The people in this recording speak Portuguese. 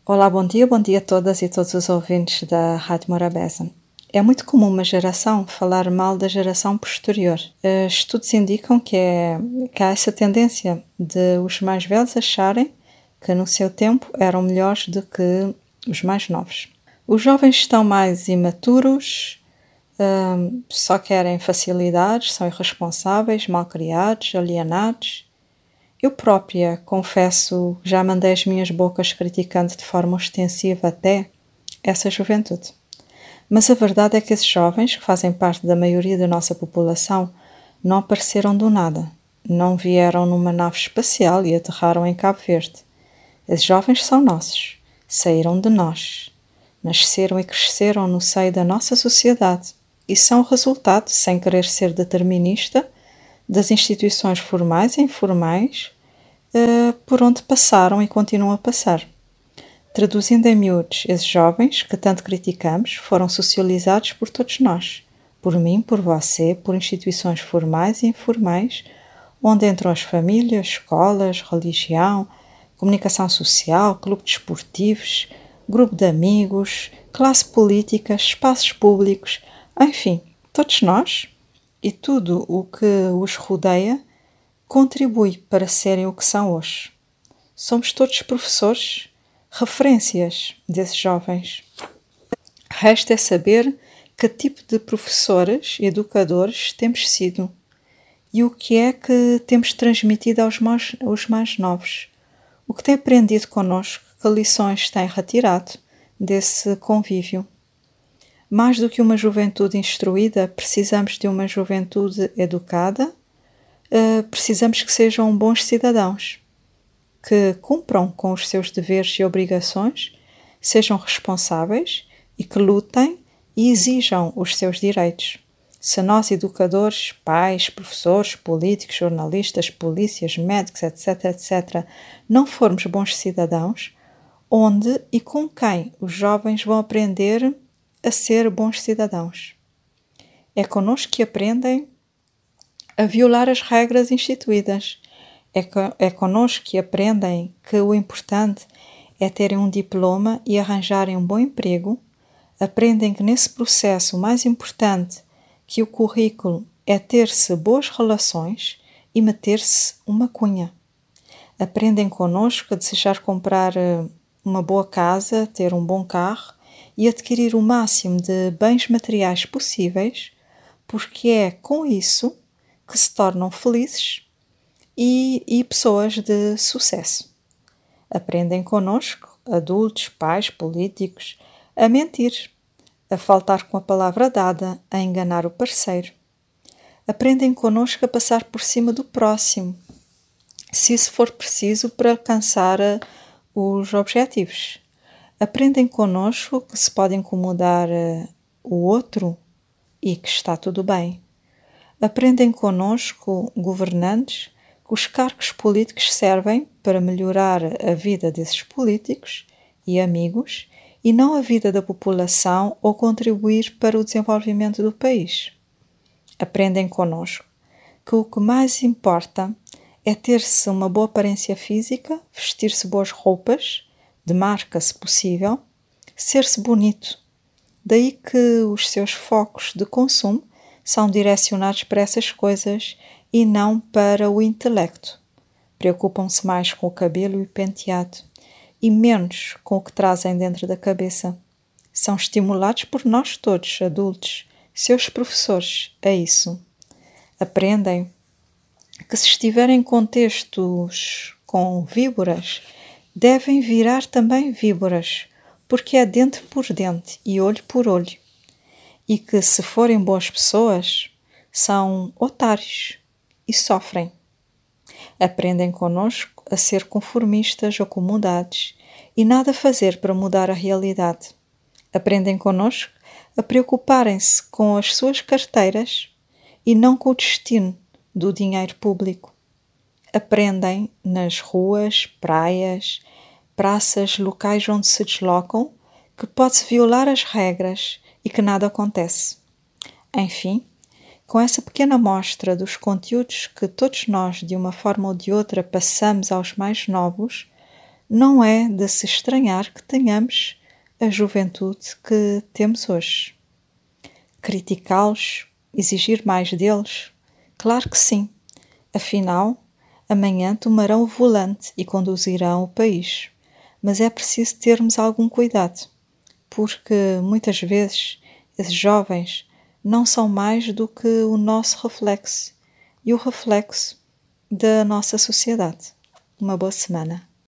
Olá, bom dia a todas e todos os ouvintes da Rádio Morabeza. É muito comum uma geração falar mal da geração posterior. Estudos indicam que há essa tendência de os mais velhos acharem que no seu tempo eram melhores do que os mais novos. Os jovens estão mais imaturos, só querem facilidades, são irresponsáveis, malcriados, alienados. Eu própria, confesso, já mandei as minhas bocas criticando de forma ostensiva até essa juventude. Mas a verdade é que esses jovens, que fazem parte da maioria da nossa população, não apareceram do nada. Não vieram numa nave espacial e aterraram em Cabo Verde. Esses jovens são nossos, saíram de nós, nasceram e cresceram no seio da nossa sociedade e são resultado, sem querer ser determinista, das instituições formais e informais por onde passaram e continuam a passar. Traduzindo em miúdos, esses jovens que tanto criticamos foram socializados por todos nós, por mim, por você, por instituições formais e informais, onde entram as famílias, escolas, religião, comunicação social, clubes desportivos, grupo de amigos, classe política, espaços públicos, enfim, todos nós e tudo o que os rodeia contribui para serem o que são hoje. Somos todos professores, referências desses jovens. Resta é saber que tipo de professores e educadores temos sido e o que é que temos transmitido aos mais novos. O que tem aprendido connosco, que lições tem retirado desse convívio. Mais do que uma juventude instruída, precisamos de uma juventude educada, precisamos que sejam bons cidadãos, que cumpram com os seus deveres e obrigações, sejam responsáveis e que lutem e exijam os seus direitos. Se nós, educadores, pais, professores, políticos, jornalistas, polícias, médicos, etc., não formos bons cidadãos, onde e com quem os jovens vão aprender a ser bons cidadãos? É connosco que aprendem a violar as regras instituídas. É connosco que aprendem que o importante é terem um diploma e arranjarem um bom emprego. Aprendem que nesse processo o mais importante que o currículo é ter-se boas relações e meter-se uma cunha. Aprendem connosco a desejar comprar uma boa casa, ter um bom carro e adquirir o máximo de bens materiais possíveis, porque é com isso que se tornam felizes e pessoas de sucesso. Aprendem connosco, adultos, pais, políticos, a mentir, a faltar com a palavra dada, a enganar o parceiro. Aprendem connosco a passar por cima do próximo, se isso for preciso para alcançar os objetivos. Aprendem connosco que se pode incomodar o outro e que está tudo bem. Aprendem connosco, governantes, que os cargos políticos servem para melhorar a vida desses políticos e amigos e não a vida da população ou contribuir para o desenvolvimento do país. Aprendem connosco que o que mais importa é ter-se uma boa aparência física, vestir-se boas roupas, de marca se possível, ser-se bonito. Daí que os seus focos de consumo são direcionados para essas coisas e não para o intelecto. Preocupam-se mais com o cabelo e o penteado e menos com o que trazem dentro da cabeça. São estimulados por nós todos, adultos, seus professores, a isso. Aprendem que se estiverem em contextos com víboras, devem virar também víboras, porque é dente por dente e olho por olho. E que se forem boas pessoas, são otários e sofrem. Aprendem connosco a ser conformistas, acomodados e nada fazer para mudar a realidade. Aprendem connosco a preocuparem-se com as suas carteiras e não com o destino do dinheiro público. Aprendem nas ruas, praias, praças, locais onde se deslocam, que pode-se violar as regras e que nada acontece. Enfim, com essa pequena amostra dos conteúdos que todos nós, de uma forma ou de outra, passamos aos mais novos, não é de se estranhar que tenhamos a juventude que temos hoje. Criticá-los, exigir mais deles? Claro que sim. Afinal, amanhã tomarão o volante e conduzirão o país. Mas é preciso termos algum cuidado, porque muitas vezes esses jovens não são mais do que o nosso reflexo e o reflexo da nossa sociedade. Uma boa semana.